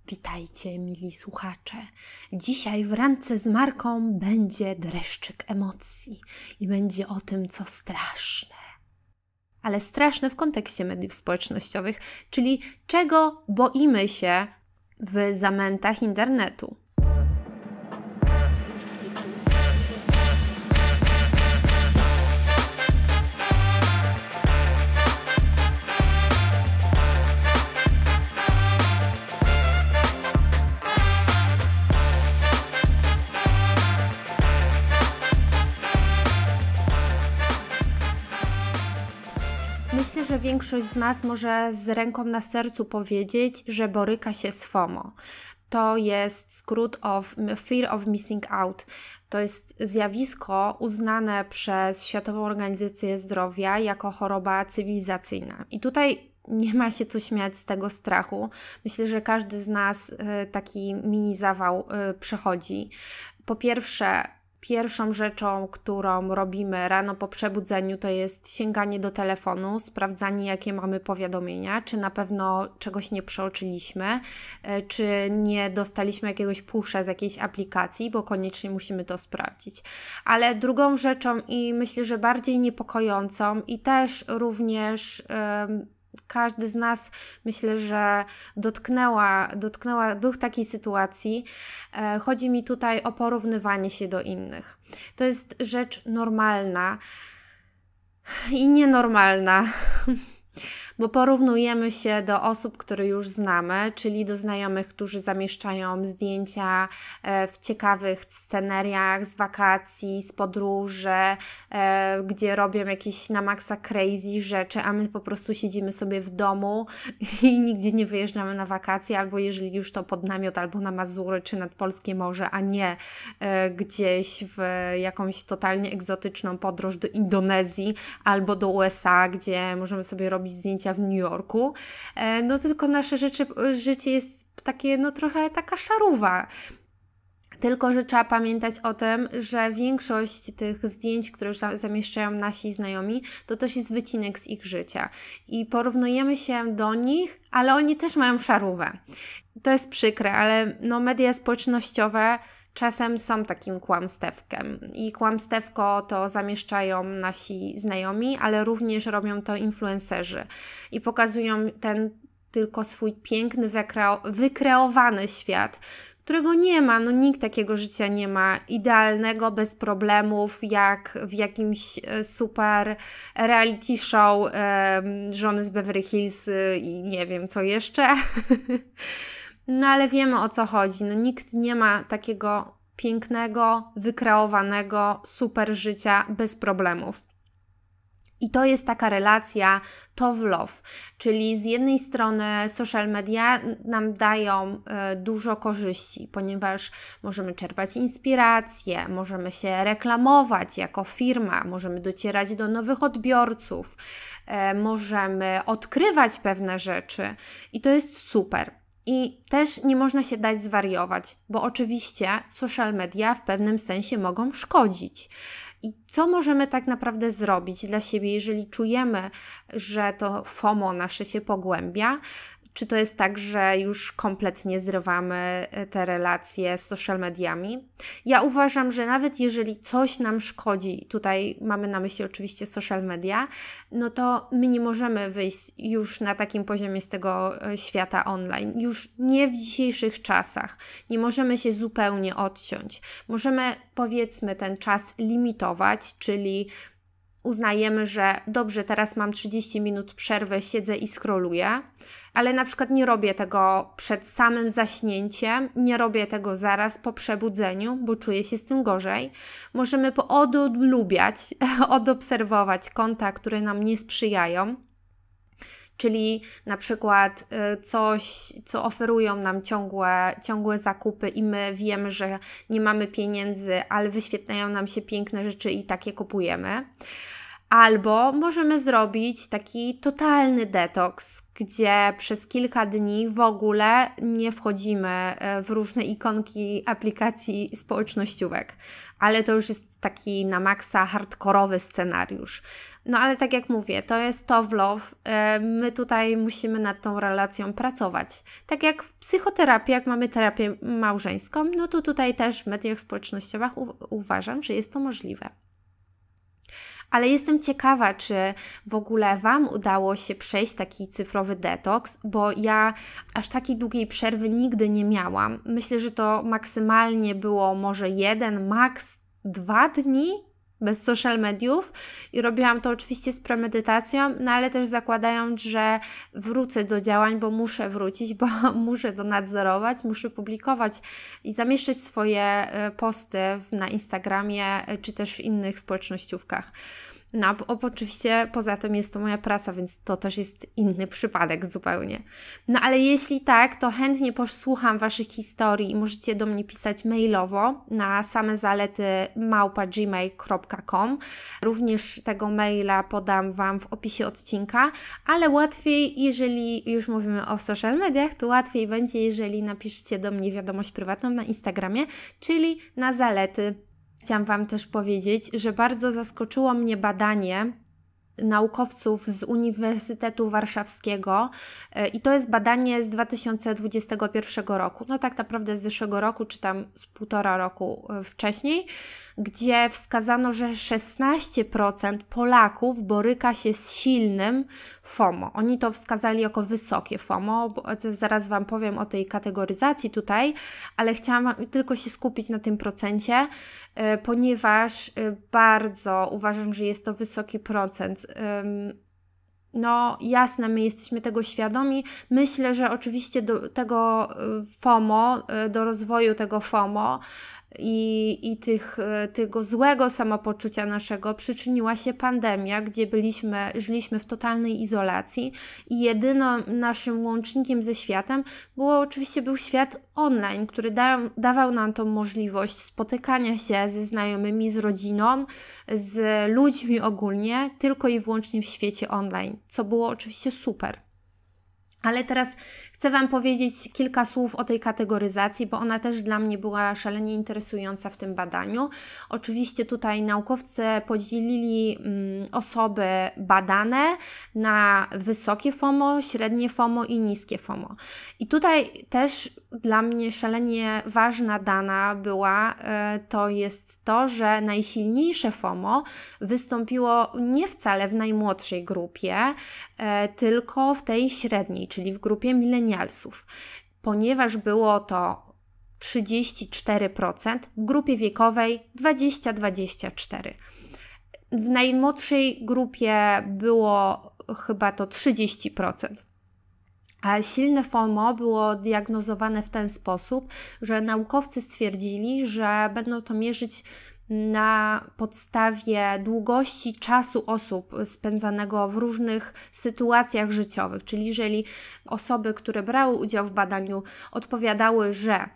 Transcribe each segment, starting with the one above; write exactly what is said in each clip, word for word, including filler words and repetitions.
Witajcie, mili słuchacze. Dzisiaj w Randce z Marką będzie dreszczyk emocji i będzie o tym, co straszne. Ale straszne w kontekście mediów społecznościowych, czyli czego boimy się w zamętach internetu. Myślę, że większość z nas może z ręką na sercu powiedzieć, że boryka się z FOMO. To jest skrót of Fear of Missing Out. To jest zjawisko uznane przez Światową Organizację Zdrowia jako choroba cywilizacyjna. I tutaj nie ma się co śmiać z tego strachu. Myślę, że każdy z nas taki mini zawał przechodzi. Po pierwsze, Pierwszą rzeczą, którą robimy rano po przebudzeniu, to jest sięganie do telefonu, sprawdzanie, jakie mamy powiadomienia, czy na pewno czegoś nie przeoczyliśmy, czy nie dostaliśmy jakiegoś pusha z jakiejś aplikacji, bo koniecznie musimy to sprawdzić. Ale drugą rzeczą i myślę, że bardziej niepokojącą i też również Yy, każdy z nas, myślę, że dotknęła, dotknęła, był w takiej sytuacji. E, chodzi mi tutaj o porównywanie się do innych. To jest rzecz normalna i nienormalna, bo porównujemy się do osób, które już znamy, czyli do znajomych, którzy zamieszczają zdjęcia w ciekawych sceneriach z wakacji, z podróży, gdzie robią jakieś na maksa crazy rzeczy, a my po prostu siedzimy sobie w domu i nigdzie nie wyjeżdżamy na wakacje, albo jeżeli już to pod namiot, albo na Mazury, czy nad Polskie Morze, a nie gdzieś w jakąś totalnie egzotyczną podróż do Indonezji, albo do U S A, gdzie możemy sobie robić zdjęcia w New Yorku, no tylko nasze rzeczy, życie jest takie, no trochę taka szarówa. Tylko, że trzeba pamiętać o tym, że większość tych zdjęć, które już zamieszczają nasi znajomi, to też jest wycinek z ich życia. I porównujemy się do nich, ale oni też mają szarówę. To jest przykre, ale no media społecznościowe czasem są takim kłamstewkiem i kłamstewko to zamieszczają nasi znajomi, ale również robią to influencerzy i pokazują ten tylko swój piękny, wykreo- wykreowany świat, którego nie ma, no nikt takiego życia nie ma, idealnego, bez problemów, jak w jakimś super reality show e, Żony z Beverly Hills e, i nie wiem co jeszcze. No ale wiemy, o co chodzi. No nikt nie ma takiego pięknego, wykreowanego super życia bez problemów. I to jest taka relacja tough love, czyli z jednej strony social media nam dają y, dużo korzyści, ponieważ możemy czerpać inspiracje, możemy się reklamować jako firma, możemy docierać do nowych odbiorców, y, możemy odkrywać pewne rzeczy i to jest super. I też nie można się dać zwariować, bo oczywiście social media w pewnym sensie mogą szkodzić. I co możemy tak naprawdę zrobić dla siebie, jeżeli czujemy, że to FOMO nasze się pogłębia? Czy to jest tak, że już kompletnie zrywamy te relacje z social mediami? Ja uważam, że nawet jeżeli coś nam szkodzi, tutaj mamy na myśli oczywiście social media, no to my nie możemy wyjść już na takim poziomie z tego świata online. Już nie w dzisiejszych czasach. Nie możemy się zupełnie odciąć. Możemy, powiedzmy, ten czas limitować, czyli uznajemy, że dobrze, teraz mam trzydzieści minut przerwy, siedzę i scrolluję, ale na przykład nie robię tego przed samym zaśnięciem, nie robię tego zaraz po przebudzeniu, bo czuję się z tym gorzej. Możemy odlubiać, odobserwować konta, które nam nie sprzyjają, czyli na przykład coś, co oferują nam ciągłe, ciągłe zakupy i my wiemy, że nie mamy pieniędzy, ale wyświetlają nam się piękne rzeczy i takie kupujemy. Albo możemy zrobić taki totalny detoks, gdzie przez kilka dni w ogóle nie wchodzimy w różne ikonki aplikacji społecznościówek. Ale to już jest taki na maksa hardkorowy scenariusz. No ale tak jak mówię, to jest tough love. My tutaj musimy nad tą relacją pracować. Tak jak w psychoterapii, jak mamy terapię małżeńską, no to tutaj też w mediach społecznościowych u- uważam, że jest to możliwe. Ale jestem ciekawa, czy w ogóle Wam udało się przejść taki cyfrowy detoks, bo ja aż takiej długiej przerwy nigdy nie miałam. Myślę, że to maksymalnie było może jeden, maks dwa dni bez social mediów i robiłam to oczywiście z premedytacją, no ale też zakładając, że wrócę do działań, bo muszę wrócić, bo muszę to nadzorować, muszę publikować i zamieszczać swoje posty na Instagramie czy też w innych społecznościówkach. No, oczywiście poza tym jest to moja praca, więc to też jest inny przypadek zupełnie. No ale jeśli tak, to chętnie posłucham Waszych historii i możecie do mnie pisać mailowo na samezalety małpa gmail kropka com. Również tego maila podam Wam w opisie odcinka, ale łatwiej, jeżeli już mówimy o social mediach, to łatwiej będzie, jeżeli napiszecie do mnie wiadomość prywatną na Instagramie, czyli na zalety. Chciałam Wam też powiedzieć, że bardzo zaskoczyło mnie badanie naukowców z Uniwersytetu Warszawskiego i to jest badanie z dwa tysiące dwudziestego pierwszego roku, no tak naprawdę z zeszłego roku, czy tam z półtora roku wcześniej, gdzie wskazano, że szesnaście procent Polaków boryka się z silnym FOMO. Oni to wskazali jako wysokie FOMO, bo zaraz Wam powiem o tej kategoryzacji tutaj, ale chciałam tylko się skupić na tym procencie, ponieważ bardzo uważam, że jest to wysoki procent. No jasne, my jesteśmy tego świadomi. Myślę, że oczywiście do tego FOMO, do rozwoju tego FOMO i, i tych, tego złego samopoczucia naszego przyczyniła się pandemia, gdzie byliśmy, żyliśmy w totalnej izolacji i jedynym naszym łącznikiem ze światem było oczywiście był świat online, który da, dawał nam tą możliwość spotykania się ze znajomymi, z rodziną, z ludźmi ogólnie, tylko i wyłącznie w świecie online, co było oczywiście super. Ale teraz chcę Wam powiedzieć kilka słów o tej kategoryzacji, bo ona też dla mnie była szalenie interesująca w tym badaniu. Oczywiście tutaj naukowcy podzielili mm, osoby badane na wysokie FOMO, średnie FOMO i niskie FOMO. I tutaj też dla mnie szalenie ważna dana była, e, to jest to, że najsilniejsze FOMO wystąpiło nie wcale w najmłodszej grupie, e, tylko w tej średniej, czyli w grupie milenialsów, ponieważ było to trzydzieści cztery procent, w grupie wiekowej dwadzieścia do dwudziestu czterech procent. W najmłodszej grupie było chyba to trzydzieści procent. A silne FOMO było diagnozowane w ten sposób, że naukowcy stwierdzili, że będą to mierzyć na podstawie długości czasu osób spędzanego w różnych sytuacjach życiowych. Czyli jeżeli osoby, które brały udział w badaniu, odpowiadały, że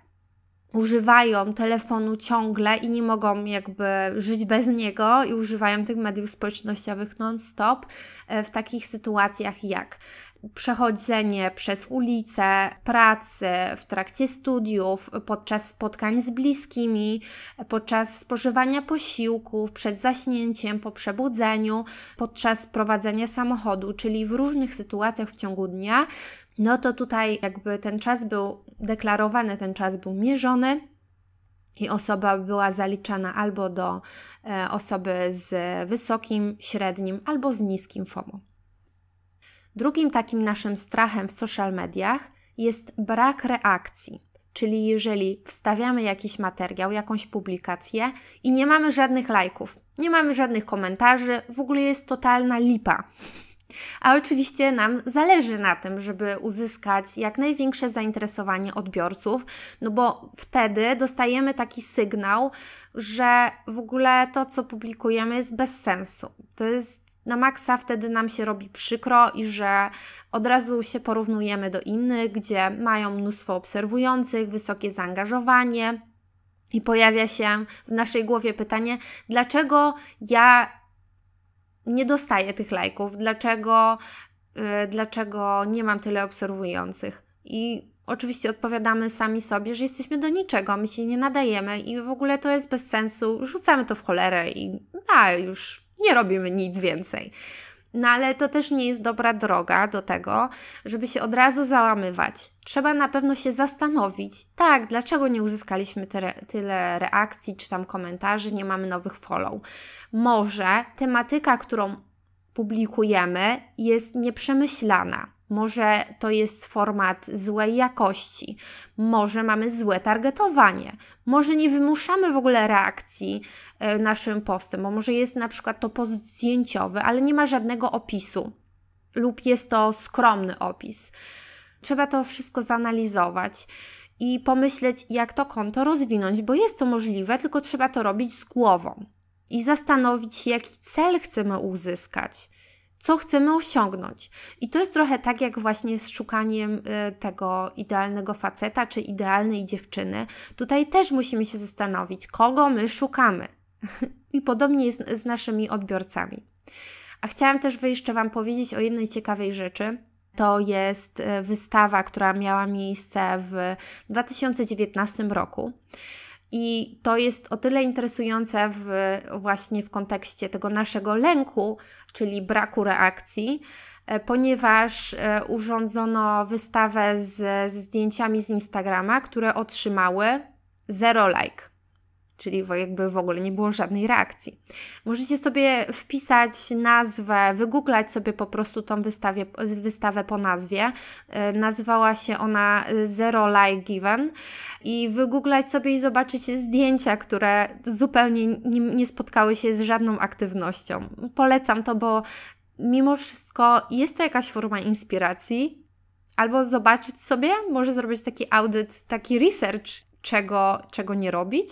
używają telefonu ciągle i nie mogą jakby żyć bez niego i używają tych mediów społecznościowych non-stop w takich sytuacjach jak przechodzenie przez ulicę, pracy, w trakcie studiów, podczas spotkań z bliskimi, podczas spożywania posiłków, przed zaśnięciem, po przebudzeniu, podczas prowadzenia samochodu, czyli w różnych sytuacjach w ciągu dnia, no to tutaj jakby ten czas był deklarowany, ten czas był mierzony i osoba była zaliczana albo do e, osoby z wysokim, średnim albo z niskim FOMO. Drugim takim naszym strachem w social mediach jest brak reakcji, czyli jeżeli wstawiamy jakiś materiał, jakąś publikację i nie mamy żadnych lajków, nie mamy żadnych komentarzy, w ogóle jest totalna lipa. A oczywiście nam zależy na tym, żeby uzyskać jak największe zainteresowanie odbiorców, no bo wtedy dostajemy taki sygnał, że w ogóle to, co publikujemy, jest bez sensu. To jest na maksa, wtedy nam się robi przykro i że od razu się porównujemy do innych, gdzie mają mnóstwo obserwujących, wysokie zaangażowanie i pojawia się w naszej głowie pytanie, dlaczego ja nie dostaję tych lajków, dlaczego, yy, dlaczego nie mam tyle obserwujących. I oczywiście odpowiadamy sami sobie, że jesteśmy do niczego, my się nie nadajemy i w ogóle to jest bez sensu, rzucamy to w cholerę i a, już nie robimy nic więcej. No ale to też nie jest dobra droga do tego, żeby się od razu załamywać. Trzeba na pewno się zastanowić, tak, dlaczego nie uzyskaliśmy tyle, tyle reakcji czy tam komentarzy, nie mamy nowych follow. Może tematyka, którą publikujemy, jest nieprzemyślana. Może to jest format złej jakości, może mamy złe targetowanie, może nie wymuszamy w ogóle reakcji y, naszym postem, bo może jest na przykład to post zdjęciowy, ale nie ma żadnego opisu lub jest to skromny opis. Trzeba to wszystko zanalizować i pomyśleć, jak to konto rozwinąć, bo jest to możliwe, tylko trzeba to robić z głową i zastanowić się, jaki cel chcemy uzyskać. Co chcemy osiągnąć. I to jest trochę tak, jak właśnie z szukaniem y, tego idealnego faceta czy idealnej dziewczyny. Tutaj też musimy się zastanowić, kogo my szukamy. I podobnie jest z naszymi odbiorcami. A chciałam też jeszcze Wam powiedzieć o jednej ciekawej rzeczy. To jest wystawa, która miała miejsce w dwa tysiące dziewiętnastym roku. I to jest o tyle interesujące w, właśnie w kontekście tego naszego lęku, czyli braku reakcji, ponieważ urządzono wystawę z, z zdjęciami z Instagrama, które otrzymały zero like. Czyli jakby w ogóle nie było żadnej reakcji. Możecie sobie wpisać nazwę, wygooglać sobie po prostu tą wystawie, wystawę po nazwie. Nazywała się ona Zero Like Given i wygooglać sobie i zobaczyć zdjęcia, które zupełnie nie, nie spotkały się z żadną aktywnością. Polecam to, bo mimo wszystko jest to jakaś forma inspiracji. Albo zobaczyć sobie, może zrobić taki audyt, taki research, czego, czego nie robić.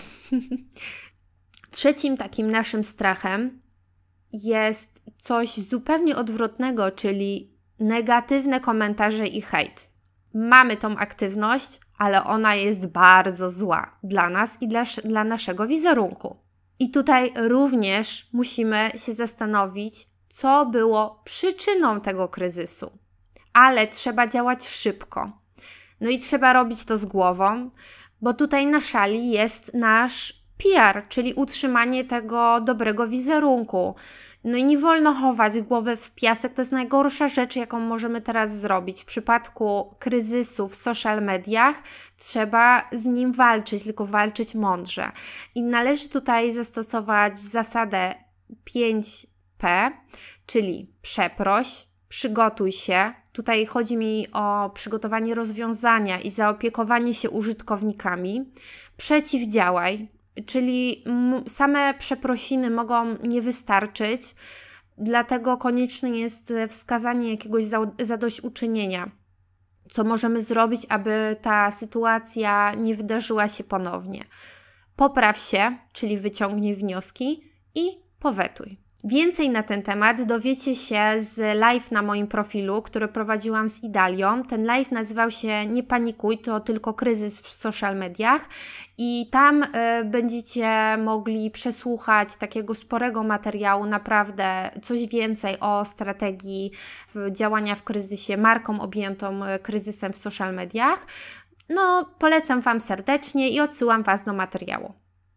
Trzecim takim naszym strachem jest coś zupełnie odwrotnego, czyli negatywne komentarze i hejt. Mamy tą aktywność, ale ona jest bardzo zła dla nas i dla, dla naszego wizerunku. I tutaj również musimy się zastanowić, co było przyczyną tego kryzysu. Ale trzeba działać szybko. No i trzeba robić to z głową, bo tutaj na szali jest nasz P R, czyli utrzymanie tego dobrego wizerunku. No i nie wolno chować głowy w piasek, to jest najgorsza rzecz, jaką możemy teraz zrobić. W przypadku kryzysu w social mediach trzeba z nim walczyć, tylko walczyć mądrze. I należy tutaj zastosować zasadę pięć P, czyli przeproś, przygotuj się. Tutaj chodzi mi o przygotowanie rozwiązania i zaopiekowanie się użytkownikami. Przeciwdziałaj, czyli same przeprosiny mogą nie wystarczyć, dlatego konieczne jest wskazanie jakiegoś zadośćuczynienia, co możemy zrobić, aby ta sytuacja nie wydarzyła się ponownie. Popraw się, czyli wyciągnij wnioski i powetuj. Więcej na ten temat dowiecie się z live na moim profilu, który prowadziłam z Idalią. Ten live nazywał się Nie panikuj, to tylko kryzys w social mediach i tam y, będziecie mogli przesłuchać takiego sporego materiału, naprawdę coś więcej o strategii w działania w kryzysie, marką objętą kryzysem w social mediach. No, polecam Wam serdecznie i odsyłam Was do materiału.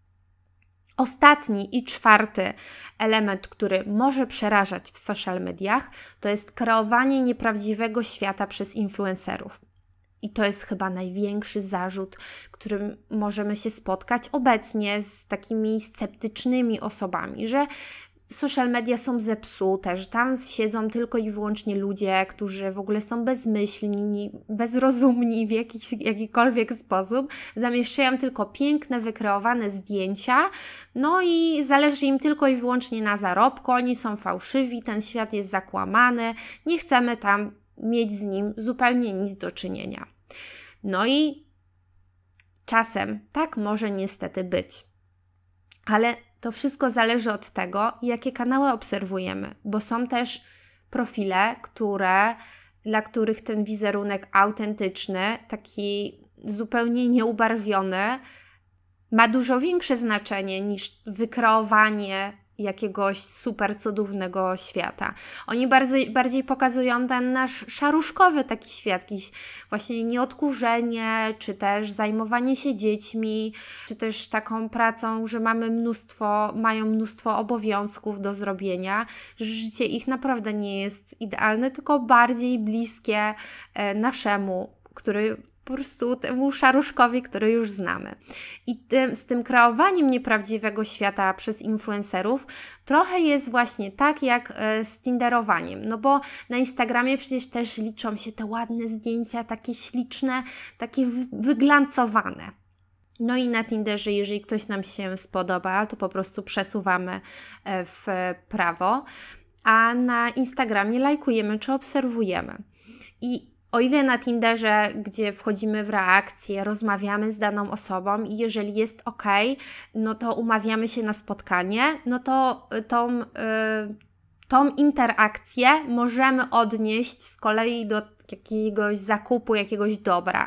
Ostatni i czwarty element, który może przerażać w social mediach, to jest kreowanie nieprawdziwego świata przez influencerów. I to jest chyba największy zarzut, którym możemy się spotkać obecnie z takimi sceptycznymi osobami, że social media są zepsute, że tam siedzą tylko i wyłącznie ludzie, którzy w ogóle są bezmyślni, bezrozumni w jakiś, jakikolwiek sposób, zamieszczają tylko piękne, wykreowane zdjęcia, no i zależy im tylko i wyłącznie na zarobku, oni są fałszywi, ten świat jest zakłamany, nie chcemy tam mieć z nim zupełnie nic do czynienia. No i czasem tak może niestety być, ale to wszystko zależy od tego, jakie kanały obserwujemy, bo są też profile, które, dla których ten wizerunek autentyczny, taki zupełnie nieubarwiony, ma dużo większe znaczenie niż wykreowanie jakiegoś super cudownego świata. Oni bardzo, bardziej pokazują ten nasz szaruszkowy taki świat, jakiś właśnie nieodkurzenie, czy też zajmowanie się dziećmi, czy też taką pracą, że mamy mnóstwo, mają mnóstwo obowiązków do zrobienia, że życie ich naprawdę nie jest idealne, tylko bardziej bliskie e, naszemu, który po prostu temu szaruszkowi, który już znamy. I tym, z tym kreowaniem nieprawdziwego świata przez influencerów trochę jest właśnie tak jak e, z tinderowaniem, no bo na Instagramie przecież też liczą się te ładne zdjęcia, takie śliczne, takie wy- wyglancowane. No i na Tinderze, jeżeli ktoś nam się spodoba, to po prostu przesuwamy e, w prawo, a na Instagramie lajkujemy czy obserwujemy. I o ile na Tinderze, gdzie wchodzimy w reakcję, rozmawiamy z daną osobą i jeżeli jest ok, no to umawiamy się na spotkanie, no to tą, yy, tą interakcję możemy odnieść z kolei do jakiegoś zakupu, jakiegoś dobra.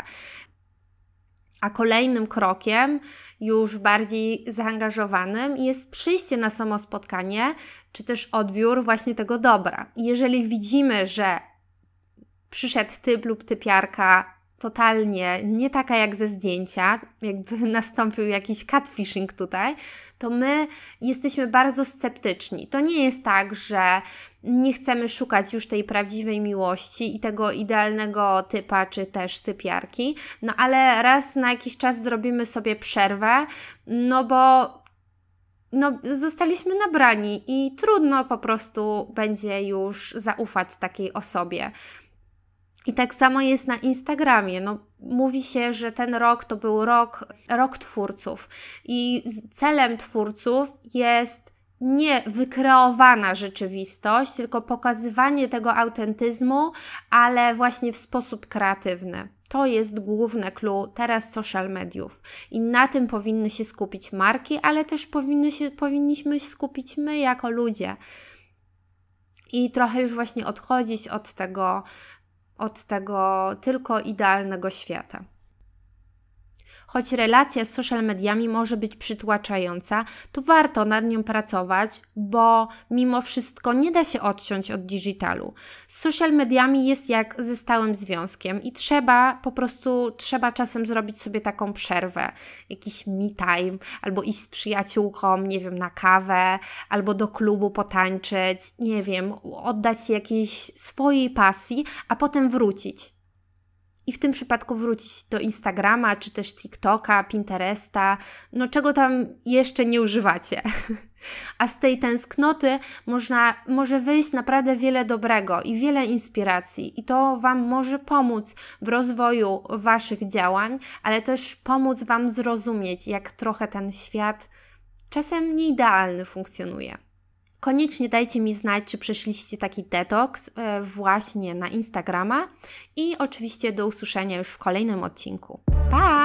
A kolejnym krokiem, już bardziej zaangażowanym, jest przyjście na samo spotkanie, czy też odbiór właśnie tego dobra. I jeżeli widzimy, że przyszedł typ lub typiarka totalnie nie taka jak ze zdjęcia, jakby nastąpił jakiś catfishing tutaj, to my jesteśmy bardzo sceptyczni. To nie jest tak, że nie chcemy szukać już tej prawdziwej miłości i tego idealnego typa, czy też typiarki, no ale raz na jakiś czas zrobimy sobie przerwę, no bo no, zostaliśmy nabrani i trudno po prostu będzie już zaufać takiej osobie. I tak samo jest na Instagramie. No, mówi się, że ten rok to był rok, rok twórców i celem twórców jest nie wykreowana rzeczywistość, tylko pokazywanie tego autentyzmu, ale właśnie w sposób kreatywny. To jest główne clue teraz social mediów i na tym powinny się skupić marki, ale też powinny się, powinniśmy się skupić my jako ludzie i trochę już właśnie odchodzić od tego od tego tylko idealnego świata. Choć relacja z social mediami może być przytłaczająca, to warto nad nią pracować, bo mimo wszystko nie da się odciąć od digitalu. Z social mediami jest jak ze stałym związkiem i trzeba po prostu, trzeba czasem zrobić sobie taką przerwę, jakiś me time, albo iść z przyjaciółką, nie wiem, na kawę, albo do klubu potańczyć, nie wiem, oddać się jakiejś swojej pasji, a potem wrócić. I w tym przypadku wrócić do Instagrama, czy też TikToka, Pinteresta, no czego tam jeszcze nie używacie. A z tej tęsknoty można, może wyjść naprawdę wiele dobrego i wiele inspiracji. I to Wam może pomóc w rozwoju Waszych działań, ale też pomóc Wam zrozumieć, jak trochę ten świat czasem nieidealny funkcjonuje. Koniecznie dajcie mi znać, czy przeszliście taki detoks właśnie na Instagrama i oczywiście do usłyszenia już w kolejnym odcinku. Pa!